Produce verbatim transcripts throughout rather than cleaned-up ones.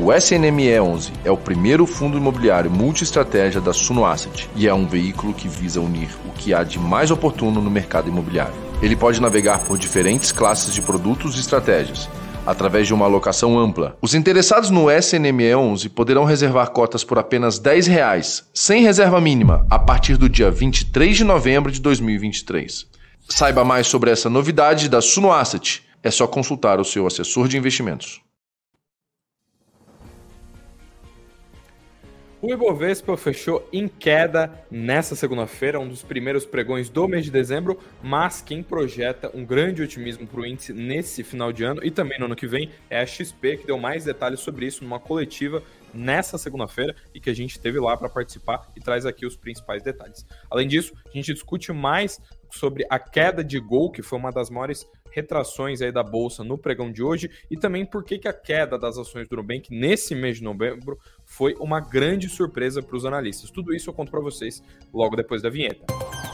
O S N M E onze é o primeiro fundo imobiliário multi-estratégia da Suno Asset e é um veículo que visa unir o que há de mais oportuno no mercado imobiliário. Ele pode navegar por diferentes classes de produtos e estratégias, através de uma alocação ampla. Os interessados no S N M E onze poderão reservar cotas por apenas dez reais, sem reserva mínima, a partir do dia vinte e três de novembro de dois mil e vinte e três. Saiba mais sobre essa novidade da Suno Asset. É só consultar o seu assessor de investimentos. O Ibovespa fechou em queda nesta segunda-feira, um dos primeiros pregões do mês de dezembro, mas quem projeta um grande otimismo para o índice nesse final de ano e também no ano que vem é a X P, que deu mais detalhes sobre isso numa coletiva nessa segunda-feira e que a gente teve lá para participar e traz aqui os principais detalhes. Além disso, a gente discute mais sobre a queda de Gol, que foi uma das maiores retrações aí da Bolsa no pregão de hoje, e também por que que a queda das ações do Nubank nesse mês de novembro foi uma grande surpresa para os analistas. Tudo isso eu conto para vocês logo depois da vinheta.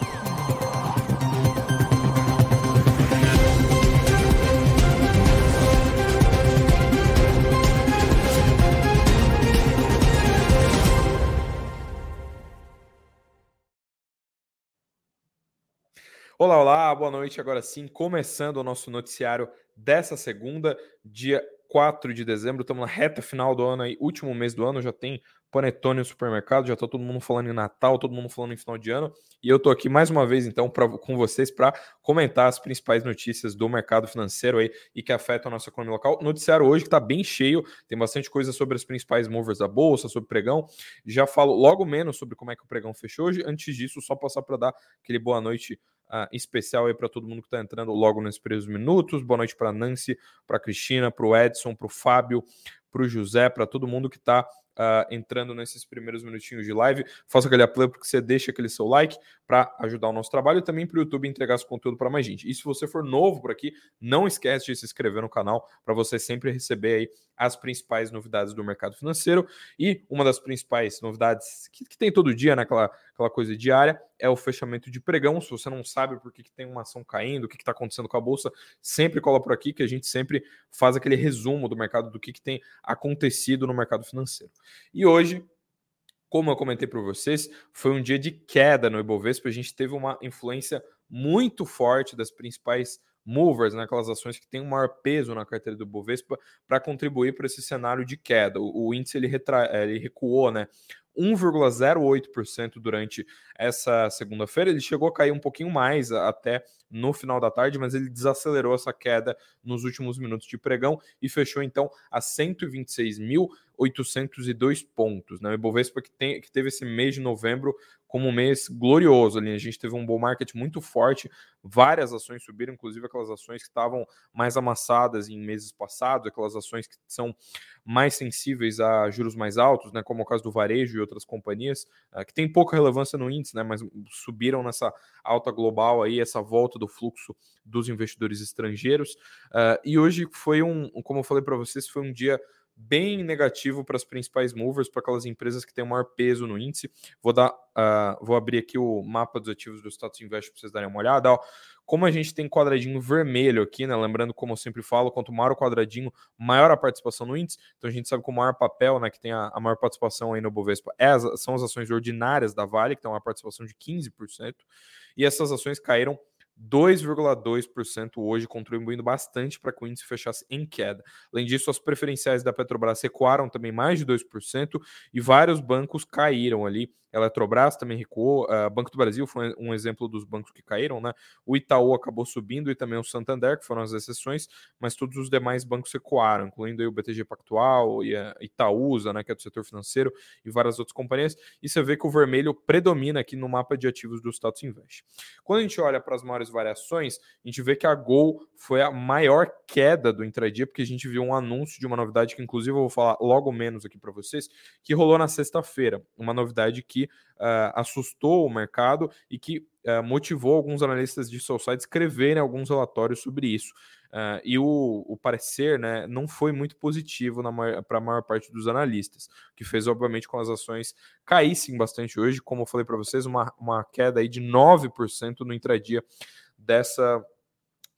Olá, olá, boa noite. Agora sim, começando o nosso noticiário dessa segunda, dia quatro de dezembro. Estamos na reta final do ano aí, último mês do ano, já tem panetone no supermercado, já está todo mundo falando em Natal, todo mundo falando em final de ano. E eu estou aqui mais uma vez, então, pra, com vocês para comentar as principais notícias do mercado financeiro aí e que afetam a nossa economia local. O noticiário hoje que está bem cheio, tem bastante coisa sobre as principais movers da Bolsa, sobre o pregão. Já falo logo menos sobre como é que o pregão fechou hoje. Antes disso, só passar para dar aquele boa noite Uh, especial aí para todo mundo que está entrando logo nesses primeiros minutos. Boa noite para Nancy, para Cristina, para o Edson, para o Fábio, para o José, para todo mundo que está uh, entrando nesses primeiros minutinhos de live. Faça aquele apelo porque você deixa aquele seu like para ajudar o nosso trabalho e também para o YouTube entregar esse conteúdo para mais gente. E se você for novo por aqui, não esquece de se inscrever no canal para você sempre receber aí as principais novidades do mercado financeiro. E uma das principais novidades que, que tem todo dia, né, aquela, aquela coisa diária, é o fechamento de pregão. Se você não sabe por que, que tem uma ação caindo, o que está acontecendo com a Bolsa, sempre cola por aqui que a gente sempre faz aquele resumo do mercado, do que, que tem acontecido no mercado financeiro. E hoje, como eu comentei para vocês, foi um dia de queda no Ibovespa. A gente teve uma influência muito forte das principais movers, né, aquelas ações que têm um maior peso na carteira do Ibovespa, para contribuir para esse cenário de queda. O, o índice ele, retra... ele recuou, né, um vírgula zero oito por cento durante essa segunda-feira. Ele chegou a cair um pouquinho mais até no final da tarde, mas ele desacelerou essa queda nos últimos minutos de pregão e fechou então a cento e vinte e seis mil oitocentos e dois pontos, né? O Ibovespa que, tem, que teve esse mês de novembro como um mês glorioso ali. A gente teve um bull market muito forte, várias ações subiram, inclusive aquelas ações que estavam mais amassadas em meses passados, aquelas ações que são mais sensíveis a juros mais altos, né, como o caso do varejo e outras companhias, uh, que tem pouca relevância no índice, né, mas subiram nessa alta global aí, essa volta do fluxo dos investidores estrangeiros. Uh, e hoje foi um, como eu falei para vocês, foi um dia bem negativo para as principais movers, para aquelas empresas que têm o maior peso no índice. Vou dar, uh, vou abrir aqui o mapa dos ativos do Status Invest para vocês darem uma olhada. Ó, como a gente tem quadradinho vermelho aqui, né? Lembrando, como eu sempre falo, quanto maior o quadradinho, maior a participação no índice. Então a gente sabe que o maior papel, né, que tem a, a maior participação aí no Bovespa é as, são as ações ordinárias da Vale, que tem uma participação de quinze por cento. E essas ações caíram dois vírgula dois por cento hoje, contribuindo bastante para que o índice fechasse em queda. Além disso, as preferenciais da Petrobras recuaram também mais de dois por cento e vários bancos caíram ali. A Eletrobras também recuou, o Banco do Brasil foi um exemplo dos bancos que caíram, né? O Itaú acabou subindo e também o Santander, que foram as exceções, mas todos os demais bancos recuaram, incluindo aí o B T G Pactual e a Itaúsa, né, que é do setor financeiro, e várias outras companhias. E você vê que o vermelho predomina aqui no mapa de ativos do Status Invest. Quando a gente olha para as maiores variações, a gente vê que a Gol foi a maior queda do intradia, porque a gente viu um anúncio de uma novidade que, inclusive, eu vou falar logo menos aqui para vocês, que rolou na sexta-feira. Uma novidade que uh, assustou o mercado e que uh, motivou alguns analistas de sell-side a escreverem alguns relatórios sobre isso. Uh, e o, o parecer, né, não foi muito positivo para a maior parte dos analistas, o que fez, obviamente, com as ações caíssem bastante hoje. Como eu falei para vocês, uma, uma queda aí de nove por cento no intradia dessa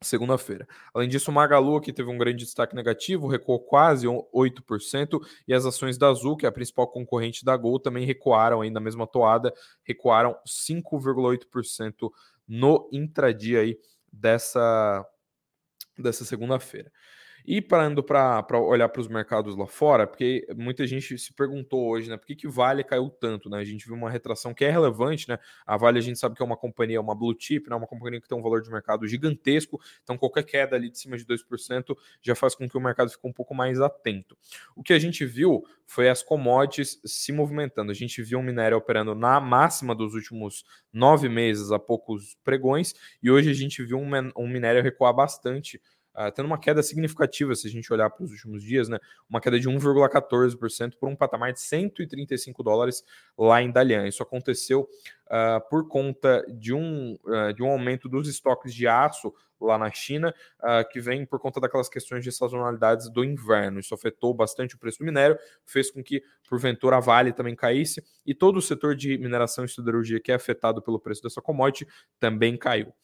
segunda-feira. Além disso, o Magalu, que teve um grande destaque negativo, recuou quase oito por cento, e as ações da Azul, que é a principal concorrente da Gol, também recuaram aí na mesma toada, recuaram cinco vírgula oito por cento no intradia aí dessa, dessa segunda-feira. E parando para olhar para os mercados lá fora, porque muita gente se perguntou hoje, né, por que, que Vale caiu tanto, né? A gente viu uma retração que é relevante, né? A Vale a gente sabe que é uma companhia, uma blue chip, né? Uma companhia que tem um valor de mercado gigantesco, então qualquer queda ali de cima de dois por cento já faz com que o mercado fique um pouco mais atento. O que a gente viu foi as commodities se movimentando. A gente viu um minério operando na máxima dos últimos nove meses a poucos pregões, e hoje a gente viu um, um minério recuar bastante, Uh, tendo uma queda significativa, se a gente olhar para os últimos dias, né? Uma queda de um vírgula quatorze por cento por um patamar de cento e trinta e cinco dólares lá em Dalian. Isso aconteceu uh, por conta de um, uh, de um aumento dos estoques de aço lá na China, uh, que vem por conta daquelas questões de sazonalidades do inverno. Isso afetou bastante o preço do minério, fez com que, porventura, a Vale também caísse, e todo o setor de mineração e siderurgia que é afetado pelo preço dessa commodity também caiu.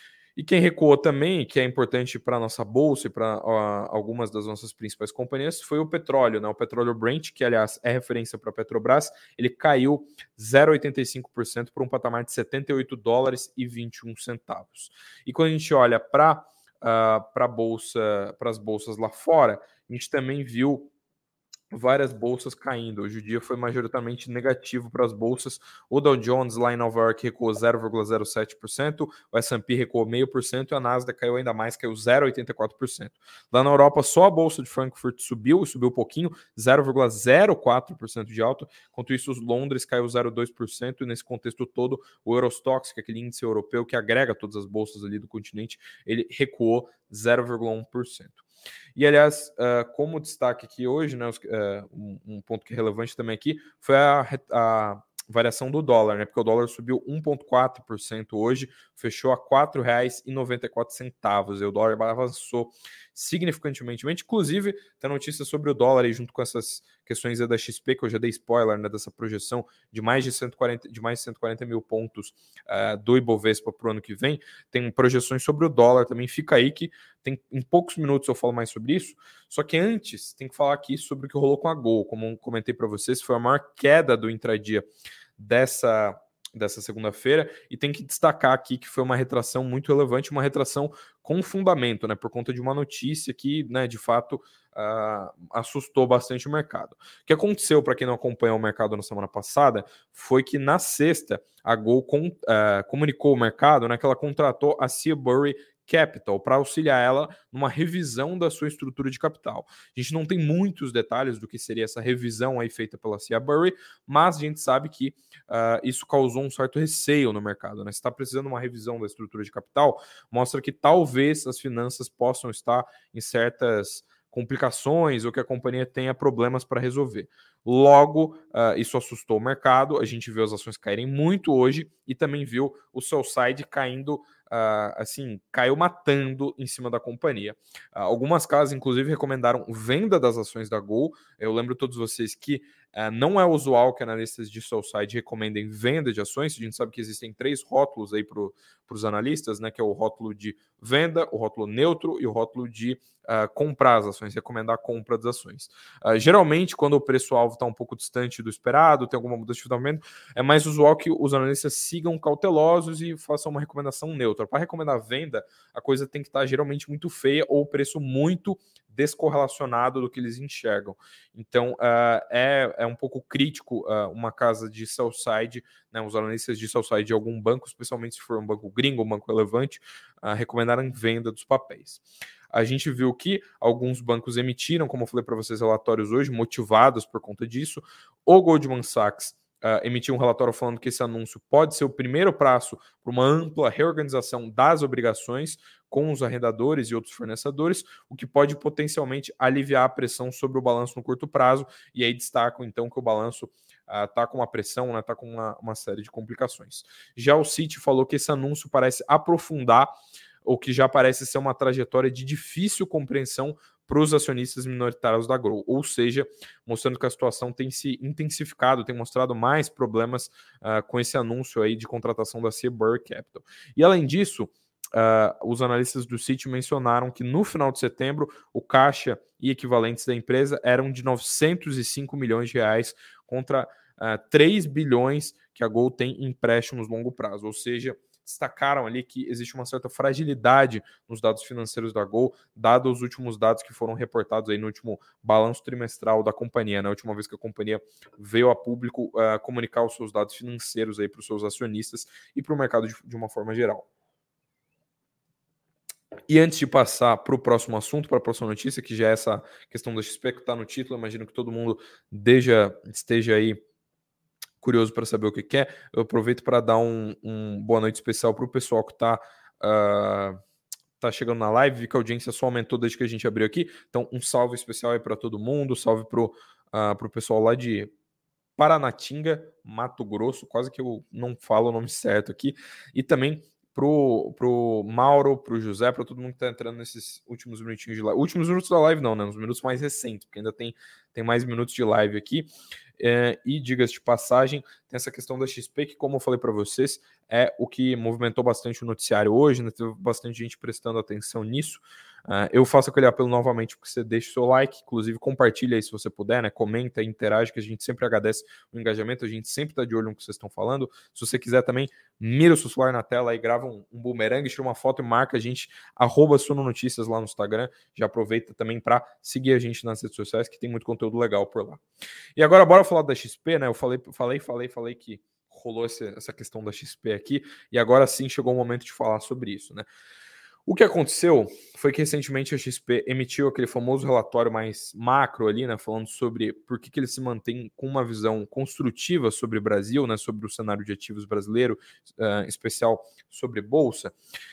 E quem recuou também, que é importante para a nossa bolsa e para uh, algumas das nossas principais companhias, foi o petróleo, né? O petróleo Brent, que aliás é referência para a Petrobras, ele caiu zero vírgula oitenta e cinco por cento para um patamar de setenta e oito dólares e vinte e um centavos. E quando a gente olha para uh, para bolsa, para as bolsas lá fora, a gente também viu várias bolsas caindo. Hoje o dia foi majoritariamente negativo para as bolsas. O Dow Jones lá em Nova York recuou zero vírgula zero sete por cento, o S and P recuou zero vírgula cinco por cento e a Nasdaq caiu ainda mais, caiu zero vírgula oitenta e quatro por cento. Lá na Europa, só a bolsa de Frankfurt subiu, e subiu um pouquinho, zero vírgula zero quatro por cento de alta. Enquanto isso, os Londres caiu zero vírgula dois por cento, e nesse contexto todo, o Eurostoxx, que é aquele índice europeu que agrega todas as bolsas ali do continente, ele recuou zero vírgula um por cento. E, aliás, uh, como destaque aqui hoje, né, os, uh, um, um ponto que é relevante também aqui foi a, a variação do dólar, né, porque o dólar subiu um vírgula quatro por cento hoje, fechou a quatro reais e noventa e quatro centavos, e o dólar avançou significantemente. Inclusive, tem notícia sobre o dólar aí, junto com essas questões da X P, que eu já dei spoiler, né, dessa projeção de mais de cento e quarenta, de mais de cento e quarenta mil pontos uh, do Ibovespa para o ano que vem. Tem projeções sobre o dólar também, fica aí que tem, em poucos minutos eu falo mais sobre isso, só que antes tem que falar aqui sobre o que rolou com a Gol. Como comentei para vocês, foi a maior queda do intradia dessa, dessa segunda-feira, e tem que destacar aqui que foi uma retração muito relevante, uma retração com fundamento, né, por conta de uma notícia que, né, de fato, uh, assustou bastante o mercado. O que aconteceu, para quem não acompanhou o mercado na semana passada, foi que na sexta a Gol com, uh, comunicou ao mercado, né, que ela contratou a Seabury Capital para auxiliar ela numa revisão da sua estrutura de capital. A gente não tem muitos detalhes do que seria essa revisão aí feita pela Seabury, mas a gente sabe que uh, isso causou um certo receio no mercado, né? Se está precisando de uma revisão da estrutura de capital, mostra que talvez as finanças possam estar em certas complicações ou que a companhia tenha problemas para resolver. Logo, uh, isso assustou o mercado, a gente viu as ações caírem muito hoje e também viu o sell side caindo, Uh, assim, caiu matando em cima da companhia. Uh, algumas casas, inclusive, recomendaram venda das ações da Gol. Eu lembro a todos vocês que uh, não é usual que analistas de sell side recomendem venda de ações. A gente sabe que existem três rótulos aí para os analistas, né? Que é o rótulo de venda, o rótulo neutro e o rótulo de uh, comprar as ações, recomendar a compra das ações. Uh, geralmente, quando o preço-alvo está um pouco distante do esperado, tem alguma mudança de fundamento, é mais usual que os analistas sigam cautelosos e façam uma recomendação neutra. Para recomendar venda, a coisa tem que estar geralmente muito feia ou o preço muito descorrelacionado do que eles enxergam. Então, uh, é, é um pouco crítico uh, uma casa de sell side, né, os analistas de sell side de algum banco, especialmente se for um banco gringo, um banco relevante, uh, recomendarem venda dos papéis. A gente viu que alguns bancos emitiram, como eu falei para vocês, relatórios hoje, motivados por conta disso. O Goldman Sachs Uh, emitiu um relatório falando que esse anúncio pode ser o primeiro passo para uma ampla reorganização das obrigações com os arrendadores e outros fornecedores, o que pode potencialmente aliviar a pressão sobre o balanço no curto prazo, e aí destacam então que o balanço está uh, com uma pressão, está, né, com uma, uma série de complicações. Já o Citi falou que esse anúncio parece aprofundar o que já parece ser uma trajetória de difícil compreensão para os acionistas minoritários da Gol, ou seja, mostrando que a situação tem se intensificado, tem mostrado mais problemas uh, com esse anúncio aí de contratação da Seabury Capital. E além disso, uh, os analistas do Citi mencionaram que no final de setembro o caixa e equivalentes da empresa eram de novecentos e cinco milhões de reais contra uh, três bilhões que a Gol tem em empréstimos longo prazo, ou seja, destacaram ali que existe uma certa fragilidade nos dados financeiros da Gol, dado os últimos dados que foram reportados aí no último balanço trimestral da companhia, na última vez que a companhia veio a público uh, comunicar os seus dados financeiros aí para os seus acionistas e para o mercado de, de uma forma geral. E antes de passar para o próximo assunto, para a próxima notícia, que já é essa questão da X P que está no título, imagino que todo mundo deja, esteja aí curioso para saber o que quer, eu aproveito para dar um, um boa noite especial para o pessoal que está uh, tá chegando na live, vi que a audiência só aumentou desde que a gente abriu aqui, então um salve especial aí para todo mundo, salve para o uh, pessoal lá de Paranatinga, Mato Grosso, quase que eu não falo o nome certo aqui, e também pro, pro Mauro, pro José, para todo mundo que tá entrando nesses últimos minutinhos de live. Últimos minutos da live não, né? Os minutos mais recentes, porque ainda tem, tem mais minutos de live aqui. É, e diga-se de passagem, tem essa questão da X P, que como eu falei para vocês, é o que movimentou bastante o noticiário hoje, né? Teve bastante gente prestando atenção nisso. Uh, eu faço aquele apelo novamente porque você deixa o seu like, inclusive compartilha aí se você puder, né? Comenta, interage, que a gente sempre agradece o engajamento, a gente sempre está de olho no que vocês estão falando. Se você quiser também, mira o seu celular na tela e grava um, um boomerang, tira uma foto e marca a gente, arroba Suno Notícias lá no Instagram. Já aproveita também para seguir a gente nas redes sociais, que tem muito conteúdo legal por lá. E agora bora falar da X P, né? Eu falei, falei, falei, falei que rolou essa, essa questão da X P aqui, e agora sim chegou o momento de falar sobre isso, né? O que aconteceu foi que recentemente a X P emitiu aquele famoso relatório mais macro ali, né, falando sobre por que, que ele se mantém com uma visão construtiva sobre o Brasil, né, sobre o cenário de ativos brasileiro, uh, em especial sobre bolsa.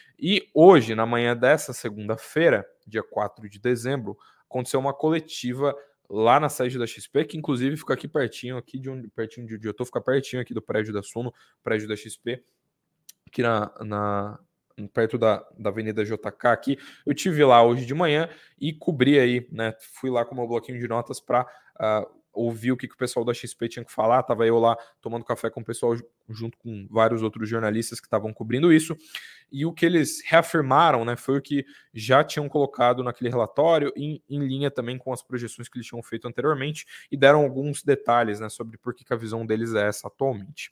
E hoje, na manhã dessa segunda-feira, dia quatro de dezembro, aconteceu uma coletiva lá na sede da X P, que inclusive fica aqui pertinho, aqui de onde, pertinho de onde eu estou, fica pertinho aqui do prédio da Suno, prédio da X P, aqui na... na perto da, da Avenida J K aqui. Eu tive lá hoje de manhã e cobri aí, né? Fui lá com o meu bloquinho de notas para uh, ouvir o que, que o pessoal da X P tinha que falar. Tava eu lá tomando café com o pessoal junto com vários outros jornalistas que estavam cobrindo isso. E o que eles reafirmaram, né, foi o que já tinham colocado naquele relatório, em, em linha também com as projeções que eles tinham feito anteriormente, e deram alguns detalhes, né, sobre por que, que a visão deles é essa atualmente.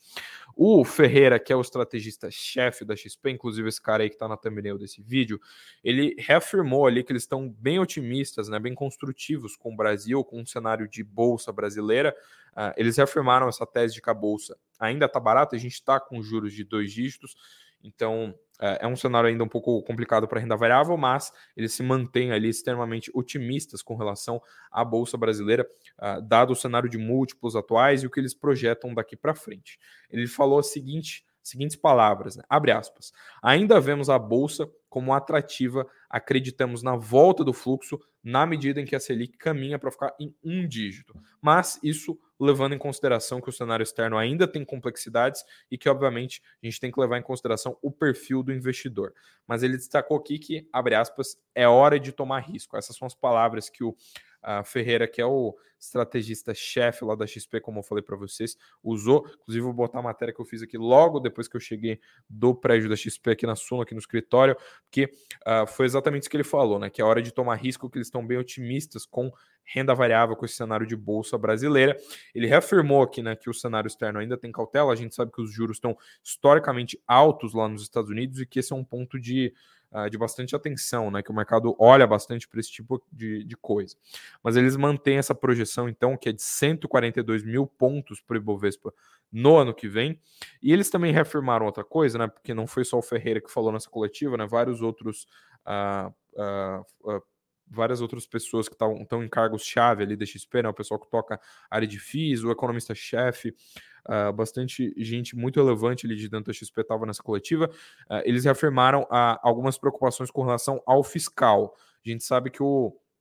O Ferreira, que é o estrategista-chefe da X P, inclusive esse cara aí que está na thumbnail desse vídeo, ele reafirmou ali que eles estão bem otimistas, né, bem construtivos com o Brasil, com um cenário de bolsa brasileira. Uh, eles reafirmaram essa tese de que a bolsa ainda está barata, a gente está com juros de dois dígitos, então é um cenário ainda um pouco complicado para a renda variável, mas eles se mantêm ali extremamente otimistas com relação à Bolsa Brasileira, uh, dado o cenário de múltiplos atuais e o que eles projetam daqui para frente. Ele falou a seguinte, seguintes palavras, né? Abre aspas, ainda vemos a Bolsa como atrativa, acreditamos na volta do fluxo na medida em que a Selic caminha para ficar em um dígito, mas isso levando em consideração que o cenário externo ainda tem complexidades e que, obviamente, a gente tem que levar em consideração o perfil do investidor. Mas ele destacou aqui que, abre aspas, é hora de tomar risco. Essas são as palavras que o Uh, Ferreira, que é o estrategista-chefe lá da X P, como eu falei para vocês, usou. Inclusive, vou botar a matéria que eu fiz aqui logo depois que eu cheguei do prédio da X P aqui na Suno, aqui no escritório, porque uh, foi exatamente isso que ele falou, né? Que é hora de tomar risco, que eles estão bem otimistas com renda variável, com esse cenário de bolsa brasileira. Ele reafirmou aqui, né, que o cenário externo ainda tem cautela. A gente sabe que os juros estão historicamente altos lá nos Estados Unidos e que esse é um ponto de de bastante atenção, né, que o mercado olha bastante para esse tipo de, de coisa. Mas eles mantêm essa projeção, então, que é de cento e quarenta e dois mil pontos para o Ibovespa no ano que vem. E eles também reafirmaram outra coisa, né, porque não foi só o Ferreira que falou nessa coletiva, né, vários outros uh, uh, uh, várias outras pessoas que estão em cargos-chave ali da X P, né, o pessoal que toca área de F I S, o economista-chefe, Uh, bastante gente muito relevante ali de dentro da X P estava nessa coletiva. Uh, eles reafirmaram uh, algumas preocupações com relação ao fiscal. A gente sabe que o,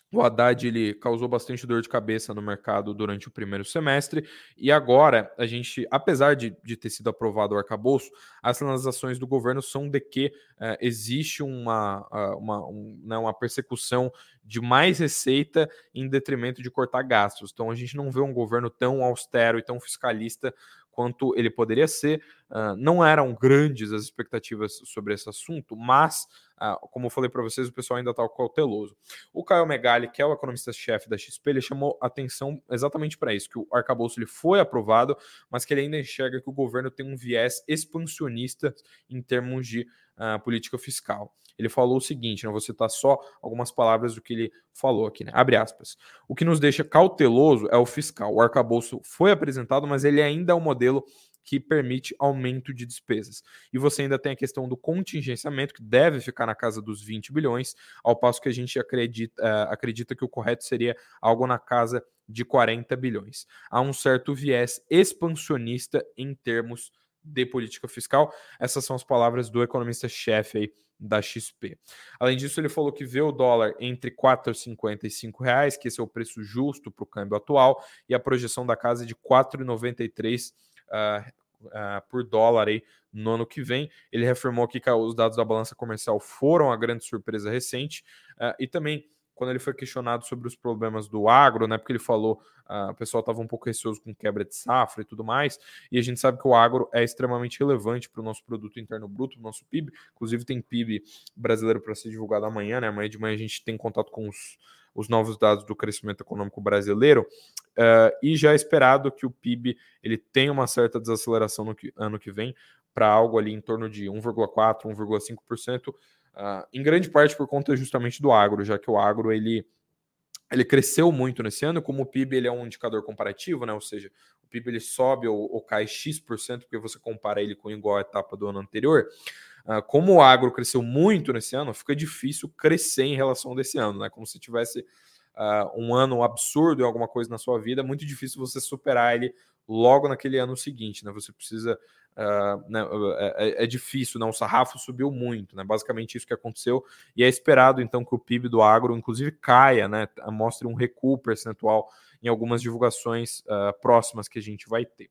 O Haddad ele causou bastante dor de cabeça no mercado durante o primeiro semestre e agora a gente, apesar de, de ter sido aprovado o arcabouço, as sinalizações do governo são de que uh, existe uma, uh, uma, um, né, uma persecução de mais receita em detrimento de cortar gastos. Então a gente não vê um governo tão austero e tão fiscalista quanto ele poderia ser. Uh, não eram grandes as expectativas sobre esse assunto, mas, uh, como eu falei para vocês, o pessoal ainda está cauteloso. O Caio Megali, que é o economista-chefe da X P, ele chamou atenção exatamente para isso, que o arcabouço ele foi aprovado, mas que ele ainda enxerga que o governo tem um viés expansionista em termos de uh, política fiscal. Ele falou o seguinte, né, vou citar só algumas palavras do que ele falou aqui, né? Abre aspas. O que nos deixa cauteloso é o fiscal. O arcabouço foi apresentado, mas ele ainda é um modelo que permite aumento de despesas. E você ainda tem a questão do contingenciamento, que deve ficar na casa dos vinte bilhões, ao passo que a gente acredita, uh, acredita que o correto seria algo na casa de quarenta bilhões. Há um certo viés expansionista em termos de política fiscal. Essas são as palavras do economista-chefe aí da X P. Além disso, ele falou que vê o dólar entre quatro reais e cinquenta e cinco reais, que esse é o preço justo para o câmbio atual, e a projeção da casa é de quatro reais e noventa e três centavos uh, uh, por dólar aí no ano que vem. Ele reafirmou aqui que os dados da balança comercial foram a grande surpresa recente, uh, e também quando ele foi questionado sobre os problemas do agro, né, porque ele falou, uh, o pessoal estava um pouco receoso com quebra de safra e tudo mais, e a gente sabe que o agro é extremamente relevante para o nosso produto interno bruto, para o nosso P I B, inclusive tem P I B brasileiro para ser divulgado amanhã, né, amanhã de manhã a gente tem contato com os, os novos dados do crescimento econômico brasileiro, uh, e já é esperado que o P I B ele tenha uma certa desaceleração no que, ano que vem, para algo ali em torno de um vírgula quatro, um vírgula cinco por cento, Uh, em grande parte por conta justamente do agro, já que o agro ele, ele cresceu muito nesse ano, como o P I B ele é um indicador comparativo, né? Ou seja, o P I B ele sobe ou, ou cai X% porque você compara ele com igual a etapa do ano anterior. Uh, como o agro cresceu muito nesse ano, fica difícil crescer em relação desse ano, né? Como se tivesse uh, um ano absurdo em alguma coisa na sua vida, é muito difícil você superar ele logo naquele ano seguinte, né? Você precisa Uh, né, é, é difícil, né? O sarrafo subiu muito, né? Basicamente isso que aconteceu, e é esperado então que o P I B do agro inclusive caia, né? Mostre um recuo percentual em algumas divulgações uh, próximas que a gente vai ter.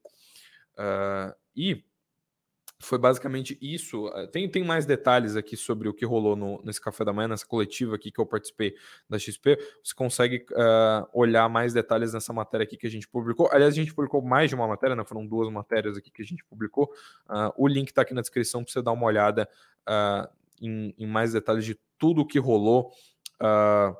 Uh, e foi basicamente isso. Tem, tem mais detalhes aqui sobre o que rolou no, nesse café da manhã, nessa coletiva aqui que eu participei da X P. Você consegue uh, olhar mais detalhes nessa matéria aqui que a gente publicou. Aliás, a gente publicou mais de uma matéria, né? Foram duas matérias aqui que a gente publicou. Uh, o link está aqui na descrição para você dar uma olhada uh, em, em mais detalhes de tudo o que rolou uh,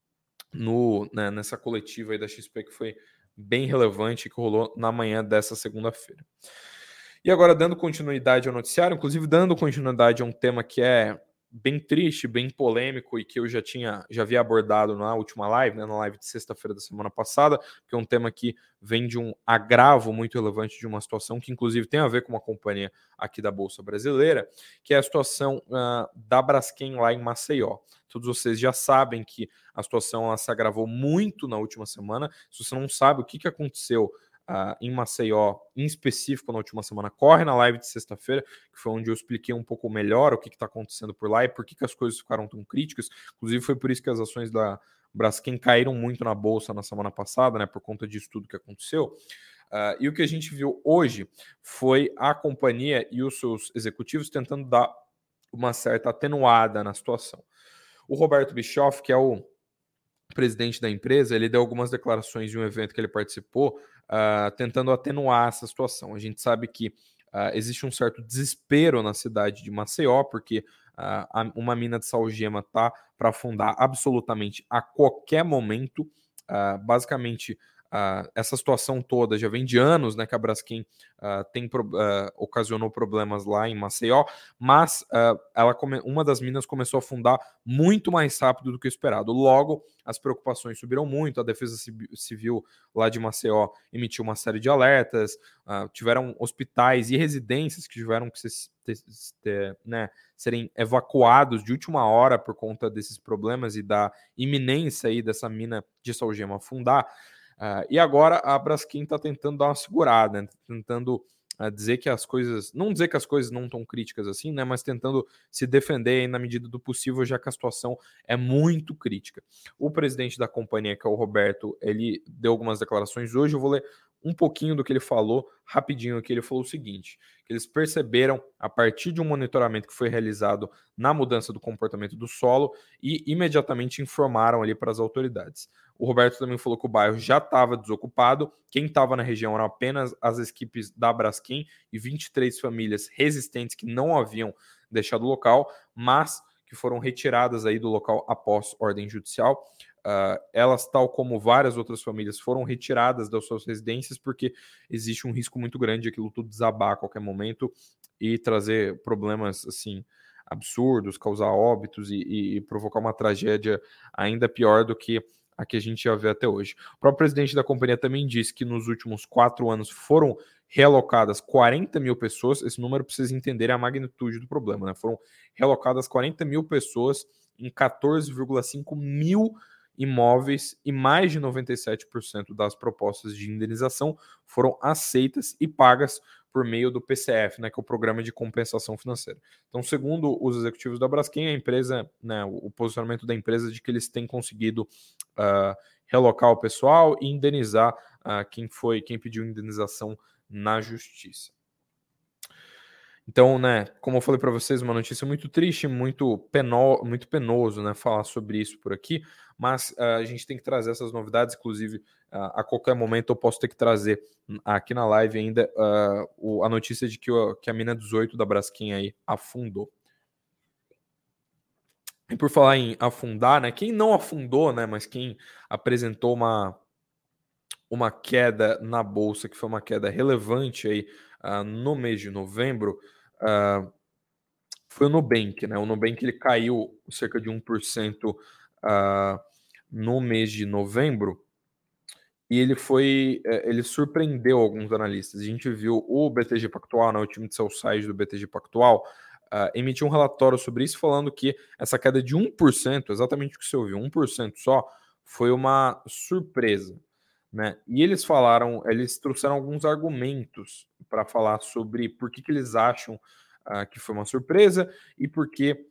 no, né, nessa coletiva aí da X P, que foi bem relevante, que rolou na manhã dessa segunda-feira. E agora, dando continuidade ao noticiário, inclusive dando continuidade a um tema que é bem triste, bem polêmico e que eu já tinha, já havia abordado na última live, né, na live de sexta-feira da semana passada, que é um tema que vem de um agravo muito relevante de uma situação que inclusive tem a ver com uma companhia aqui da Bolsa Brasileira, que é a situação uh, da Braskem lá em Maceió. Todos vocês já sabem que a situação ela se agravou muito na última semana. Se você não sabe o que, que aconteceu Uh, em Maceió, em específico na última semana, corre na live de sexta-feira, que foi onde eu expliquei um pouco melhor o que está acontecendo por lá e por que, que as coisas ficaram tão críticas. Inclusive foi por isso que as ações da Braskem caíram muito na bolsa na semana passada, né, por conta disso tudo que aconteceu. Uh, e o que a gente viu hoje foi a companhia e os seus executivos tentando dar uma certa atenuada na situação. O Roberto Bischoff, que é o presidente da empresa, ele deu algumas declarações de um evento que ele participou, uh, tentando atenuar essa situação. A gente sabe que uh, existe um certo desespero na cidade de Maceió, porque uh, uma mina de salgema está para afundar absolutamente a qualquer momento. Uh, basicamente, uh, essa situação toda já vem de anos, né, que a Braskem uh, tem, uh, ocasionou problemas lá em Maceió, mas uh, ela come, uma das minas começou a afundar muito mais rápido do que esperado. Logo, as preocupações subiram muito, a Defesa Civil lá de Maceió emitiu uma série de alertas, uh, tiveram hospitais e residências que tiveram que ser, ter, ter, né, serem evacuados de última hora por conta desses problemas e da iminência aí dessa mina de salgema afundar. Uh, e agora a Braskem está tentando dar uma segurada, né, tentando a dizer que as coisas, não dizer que as coisas não estão críticas assim, né, mas tentando se defender na medida do possível, já que a situação é muito crítica. O presidente da companhia, que é o Roberto, ele deu algumas declarações hoje, eu vou ler um pouquinho do que ele falou, rapidinho aqui. Ele falou o seguinte, que eles perceberam, a partir de um monitoramento que foi realizado na mudança do comportamento do solo, e imediatamente informaram ali para as autoridades. O Roberto também falou que o bairro já estava desocupado, quem estava na região eram apenas as equipes da Braskem e vinte e três famílias resistentes que não haviam deixado o local, mas que foram retiradas aí do local após ordem judicial. Uh, elas, tal como várias outras famílias, foram retiradas das suas residências porque existe um risco muito grande de aquilo tudo desabar a qualquer momento e trazer problemas assim absurdos, causar óbitos e, e, e provocar uma tragédia ainda pior do que a que a gente já vê até hoje. O próprio presidente da companhia também disse que nos últimos quatro anos foram realocadas quarenta mil pessoas. Esse número, para vocês entenderem a magnitude do problema, né? Foram realocadas quarenta mil pessoas em quatorze vírgula cinco mil imóveis e mais de noventa e sete por cento das propostas de indenização foram aceitas e pagas por meio do P C F, né, que é o Programa de Compensação Financeira. Então, segundo os executivos da Braskem, a empresa, né, o posicionamento da empresa é de que eles têm conseguido uh, relocar o pessoal e indenizar uh, quem foi, quem pediu indenização na justiça. Então, né, como eu falei para vocês, uma notícia muito triste, muito, peno, muito penoso, né, falar sobre isso por aqui, mas uh, a gente tem que trazer essas novidades, inclusive uh, a qualquer momento eu posso ter que trazer aqui na live ainda uh, o, a notícia de que, o, que a mina dezoito da Braskem aí afundou. E por falar em afundar, né, quem não afundou, né, mas quem apresentou uma, uma queda na bolsa, que foi uma queda relevante aí uh, no mês de novembro, Uh, foi o Nubank, né? O Nubank ele caiu cerca de um por cento uh, no mês de novembro e ele foi, ele surpreendeu alguns analistas. A gente viu o B T G Pactual, né, o time de sell side do B T G Pactual, uh, emitiu um relatório sobre isso, falando que essa queda de um por cento, exatamente o que você ouviu, um por cento só, foi uma surpresa. Né? E eles falaram, eles trouxeram alguns argumentos para falar sobre por que, que eles acham uh, que foi uma surpresa e por que,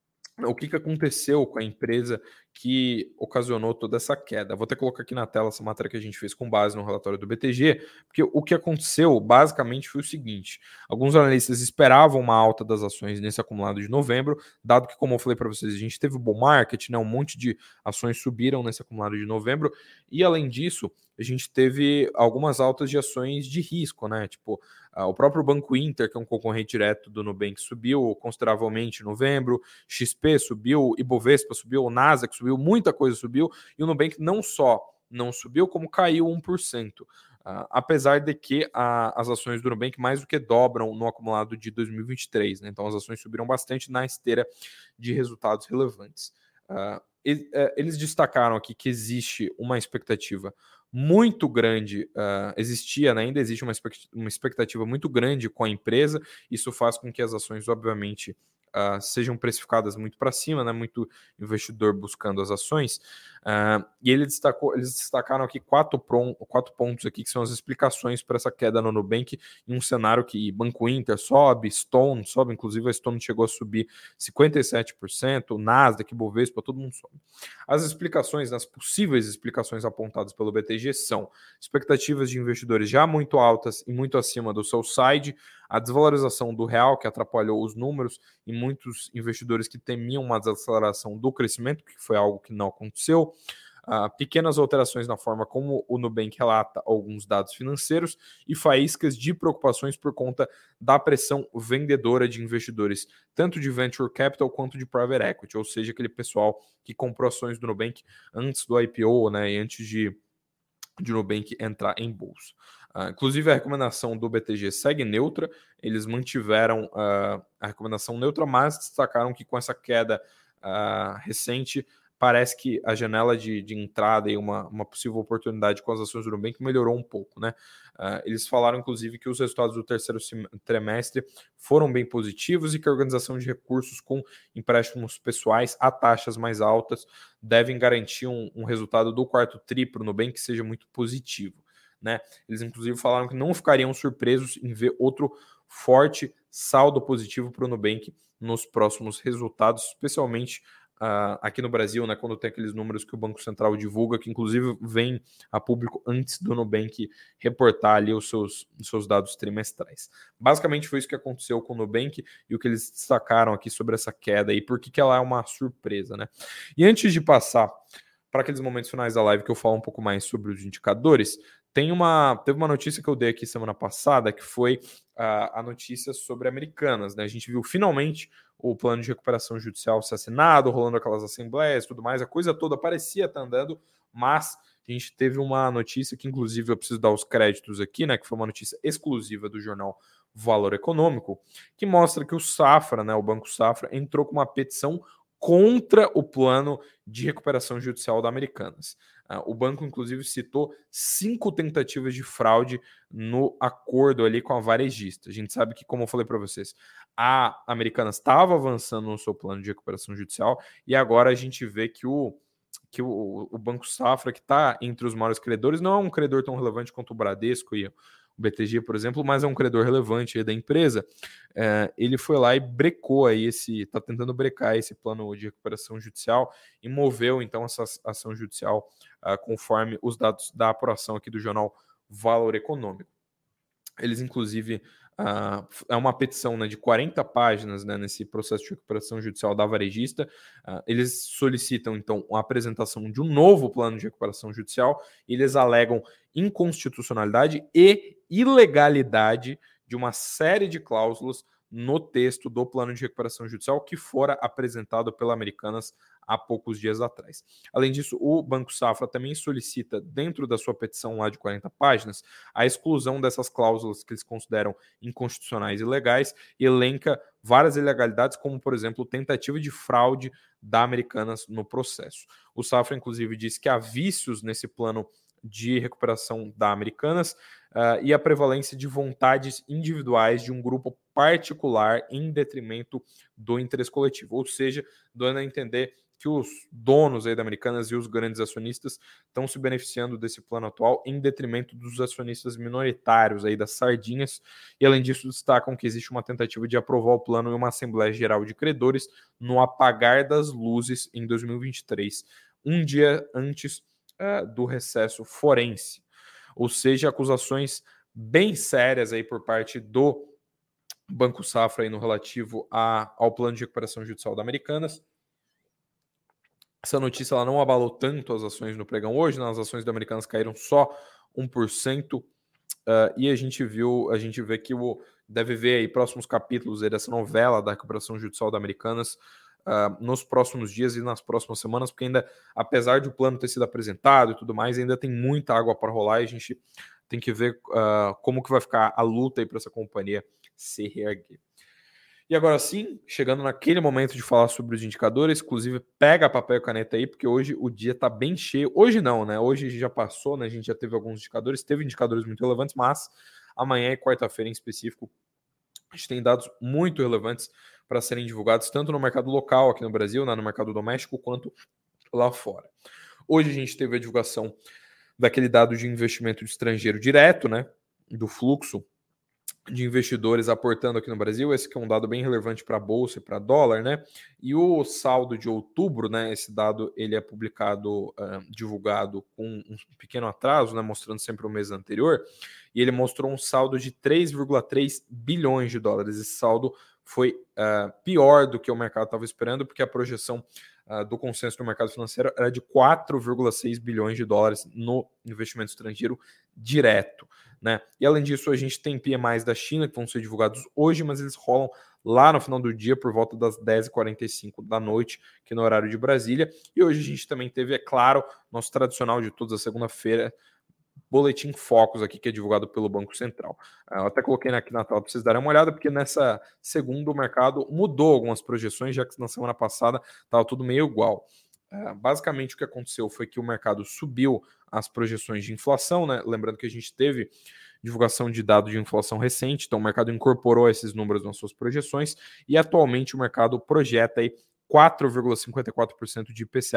o que, que aconteceu com a empresa que ocasionou toda essa queda. Vou até colocar aqui na tela essa matéria que a gente fez com base no relatório do B T G, porque o que aconteceu basicamente foi o seguinte: alguns analistas esperavam uma alta das ações nesse acumulado de novembro, dado que, como eu falei para vocês, a gente teve o bull market, né, um monte de ações subiram nesse acumulado de novembro, e além disso, a gente teve algumas altas de ações de risco, né? Tipo, uh, o próprio Banco Inter, que é um concorrente direto do Nubank, subiu consideravelmente em novembro, X P subiu, Ibovespa subiu, o Nasdaq subiu, muita coisa subiu, e o Nubank não só não subiu, como caiu um por cento. Uh, apesar de que a, as ações do Nubank mais do que dobram no acumulado de dois mil e vinte e três, né? Então as ações subiram bastante na esteira de resultados relevantes. Uh, e, uh, eles destacaram aqui que existe uma expectativa muito grande, uh, existia, né, ainda existe uma, expect uma expectativa muito grande com a empresa. Isso faz com que as ações, obviamente, uh, sejam precificadas muito para cima, né, muito investidor buscando as ações. Uh, e ele destacou, eles destacaram aqui quatro, pron quatro pontos aqui que são as explicações para essa queda no Nubank, em um cenário que Banco Inter sobe, Stone sobe, inclusive a Stone chegou a subir cinquenta e sete por cento, o Nasdaq, Bovespa, todo mundo sobe. As explicações, as possíveis explicações apontadas pelo B T G são expectativas de investidores já muito altas e muito acima do seu side, a desvalorização do real, que atrapalhou os números, e muitos investidores que temiam uma desaceleração do crescimento, que foi algo que não aconteceu, uh, pequenas alterações na forma como o Nubank relata alguns dados financeiros e faíscas de preocupações por conta da pressão vendedora de investidores, tanto de venture capital quanto de private equity, ou seja, aquele pessoal que comprou ações do Nubank antes do I P O, né, e antes de de Nubank entrar em bolsa. Uh, inclusive, a recomendação do B T G segue neutra, eles mantiveram uh, a recomendação neutra, mas destacaram que com essa queda uh, recente, parece que a janela de, de entrada e uma, uma possível oportunidade com as ações do Nubank melhorou um pouco, né? Uh, eles falaram, inclusive, que os resultados do terceiro trimestre foram bem positivos e que a organização de recursos com empréstimos pessoais a taxas mais altas devem garantir um, um resultado do quarto tri para o Nubank que seja muito positivo. né? Eles inclusive falaram que não ficariam surpresos em ver outro forte saldo positivo para o Nubank nos próximos resultados, especialmente Uh, aqui no Brasil, né, quando tem aqueles números que o Banco Central divulga, que inclusive vem a público antes do Nubank reportar ali os seus, os seus dados trimestrais. Basicamente foi isso que aconteceu com o Nubank e o que eles destacaram aqui sobre essa queda e por que, que ela é uma surpresa, né? E antes de passar para aqueles momentos finais da live que eu falo um pouco mais sobre os indicadores, tem uma, teve uma notícia que eu dei aqui semana passada, que foi a, a notícia sobre Americanas, né? A gente viu finalmente o plano de recuperação judicial ser assinado, rolando aquelas assembleias e tudo mais, a coisa toda parecia estar andando, mas a gente teve uma notícia que, inclusive, eu preciso dar os créditos aqui, né? Que foi uma notícia exclusiva do jornal Valor Econômico, que mostra que o Safra, né? O Banco Safra, entrou com uma petição contra o plano de recuperação judicial da Americanas. Uh, o banco, inclusive, citou cinco tentativas de fraude no acordo ali com a varejista. A gente sabe que, como eu falei para vocês, a Americanas estava avançando no seu plano de recuperação judicial e agora a gente vê que o, que o, o Banco Safra, que está entre os maiores credores, não é um credor tão relevante quanto o Bradesco e o B T G, por exemplo, mas é um credor relevante aí da empresa. É, ele foi lá e brecou aí esse, está tentando brecar esse plano de recuperação judicial e moveu então essa ação judicial uh, conforme os dados da apuração aqui do jornal Valor Econômico. Eles, inclusive, uh, é uma petição, né, de quarenta páginas, né, nesse processo de recuperação judicial da varejista. Uh, eles solicitam, então, a apresentação de um novo plano de recuperação judicial e eles alegam inconstitucionalidade e ilegalidade de uma série de cláusulas no texto do plano de recuperação judicial que fora apresentado pela Americanas há poucos dias atrás. Além disso, o Banco Safra também solicita, dentro da sua petição lá de quarenta páginas, a exclusão dessas cláusulas que eles consideram inconstitucionais e ilegais e elenca várias ilegalidades, como, por exemplo, tentativa de fraude da Americanas no processo. O Safra, inclusive, diz que há vícios nesse plano de recuperação da Americanas uh, e a prevalência de vontades individuais de um grupo particular em detrimento do interesse coletivo, ou seja, dando a entender que os donos aí da Americanas e os grandes acionistas estão se beneficiando desse plano atual em detrimento dos acionistas minoritários aí das sardinhas, e além disso destacam que existe uma tentativa de aprovar o plano em uma Assembleia Geral de Credores no apagar das luzes em dois mil e vinte e três, um dia antes uh, do recesso forense, ou seja, acusações bem sérias aí por parte do Banco Safra aí no relativo a, ao plano de recuperação judicial da Americanas. Essa notícia ela não abalou tanto as ações no pregão hoje, né? As ações da Americanas caíram só um por cento, uh, e a gente viu, a gente vê que o, deve ver aí próximos capítulos aí dessa novela da recuperação judicial da Americanas uh, nos próximos dias e nas próximas semanas, porque ainda, apesar de o plano ter sido apresentado e tudo mais, ainda tem muita água para rolar e a gente tem que ver uh, como que vai ficar a luta aí para essa companhia se reerguer. E agora sim, chegando naquele momento de falar sobre os indicadores, inclusive pega papel e caneta aí, porque hoje o dia está bem cheio. Hoje não, né? Hoje já passou, né? A gente já teve alguns indicadores, teve indicadores muito relevantes, mas amanhã e quarta-feira em específico, a gente tem dados muito relevantes para serem divulgados, tanto no mercado local aqui no Brasil, né, no mercado doméstico, quanto lá fora. Hoje a gente teve a divulgação daquele dado de investimento estrangeiro direto, né? Do fluxo de investidores aportando aqui no Brasil, esse que é um dado bem relevante para a bolsa e para dólar, né? E o saldo de outubro, né? Esse dado ele é publicado, uh, divulgado com um pequeno atraso, né? Mostrando sempre o mês anterior, e ele mostrou um saldo de três vírgula três bilhões de dólares. Esse saldo foi uh, pior do que o mercado estava esperando, porque a projeção uh, do consenso do mercado financeiro era de quatro vírgula seis bilhões de dólares no investimento estrangeiro direto, né? E além disso, a gente tem P M Is da China que vão ser divulgados hoje, mas eles rolam lá no final do dia por volta das dez e quarenta e cinco da noite, aqui no horário de Brasília. E hoje a gente também teve, é claro, nosso tradicional de toda a segunda-feira, Boletim Focus aqui, que é divulgado pelo Banco Central. Eu até coloquei aqui na tela para vocês darem uma olhada, porque nessa segunda o mercado mudou algumas projeções, já que na semana passada estava tudo meio igual. Uh, basicamente o que aconteceu foi que o mercado subiu as projeções de inflação, né? Lembrando que a gente teve divulgação de dados de inflação recente, então o mercado incorporou esses números nas suas projeções e atualmente o mercado projeta aí quatro vírgula cinquenta e quatro por cento de I P C A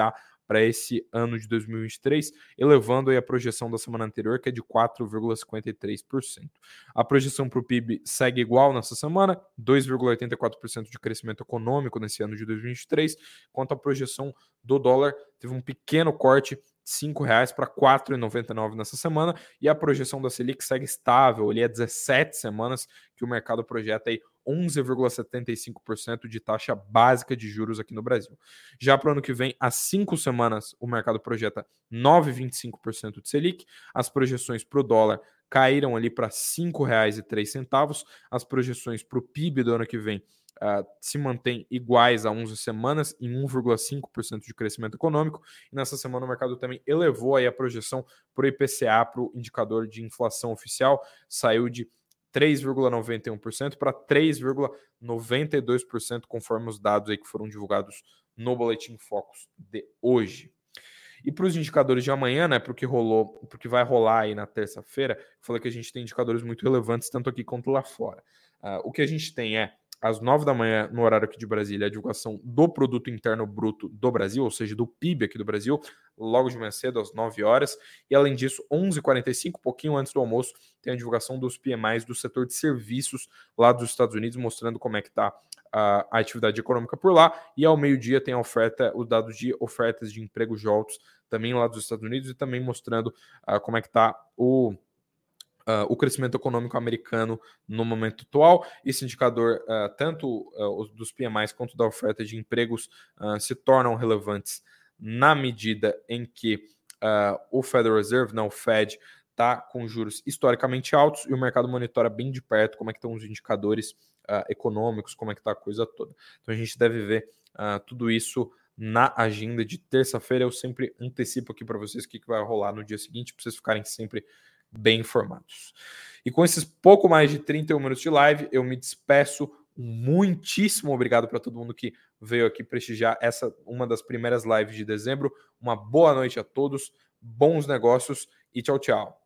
para esse ano de dois mil e vinte e três, elevando aí a projeção da semana anterior, que é de quatro vírgula cinquenta e três por cento. A projeção para o P I B segue igual nessa semana, dois vírgula oitenta e quatro por cento de crescimento econômico nesse ano de dois mil e vinte e três, enquanto a projeção do dólar teve um pequeno corte, cinco reais para quatro reais e noventa e nove centavos nessa semana, e a projeção da Selic segue estável, ali há dezessete semanas que o mercado projeta aí onze vírgula setenta e cinco por cento de taxa básica de juros aqui no Brasil. Já para o ano que vem, há cinco semanas, o mercado projeta nove vírgula vinte e cinco por cento de Selic, as projeções para o dólar caíram ali para cinco reais e três centavos, as projeções para o P I B do ano que vem Uh, se mantém iguais a onze semanas, em um vírgula cinco por cento de crescimento econômico, e nessa semana o mercado também elevou aí a projeção para o I P C A, para o indicador de inflação oficial, saiu de três vírgula noventa e um por cento para três vírgula noventa e dois por cento, conforme os dados aí que foram divulgados no Boletim Focus de hoje. E para os indicadores de amanhã, né, para o que rolou, para o que vai rolar aí na terça-feira, eu falei que a gente tem indicadores muito relevantes, tanto aqui quanto lá fora. Uh, o que a gente tem é às nove da manhã, no horário aqui de Brasília, a divulgação do Produto Interno Bruto do Brasil, ou seja, do P I B aqui do Brasil, logo de manhã cedo, às nove horas. E além disso, onze e quarenta e cinco, pouquinho antes do almoço, tem a divulgação dos P M Is do setor de serviços lá dos Estados Unidos, mostrando como é que está a, a atividade econômica por lá. E ao meio-dia tem a oferta, os dados de ofertas de empregos altos também lá dos Estados Unidos, e também mostrando uh, como é que está o... Uh, o crescimento econômico americano no momento atual. Esse indicador, uh, tanto uh, dos P M Is quanto da oferta de empregos, uh, se tornam relevantes na medida em que uh, o Federal Reserve, não, o Fed, está com juros historicamente altos e o mercado monitora bem de perto como é que estão os indicadores uh, econômicos, como é que está a coisa toda. Então a gente deve ver uh, tudo isso na agenda de terça-feira. Eu sempre antecipo aqui para vocês o que, que vai rolar no dia seguinte, para vocês ficarem sempre bem informados. E com esses pouco mais de trinta e um minutos de live, eu me despeço. Muitíssimo obrigado para todo mundo que veio aqui prestigiar essa, uma das primeiras lives de dezembro. Uma boa noite a todos, bons negócios e tchau, tchau.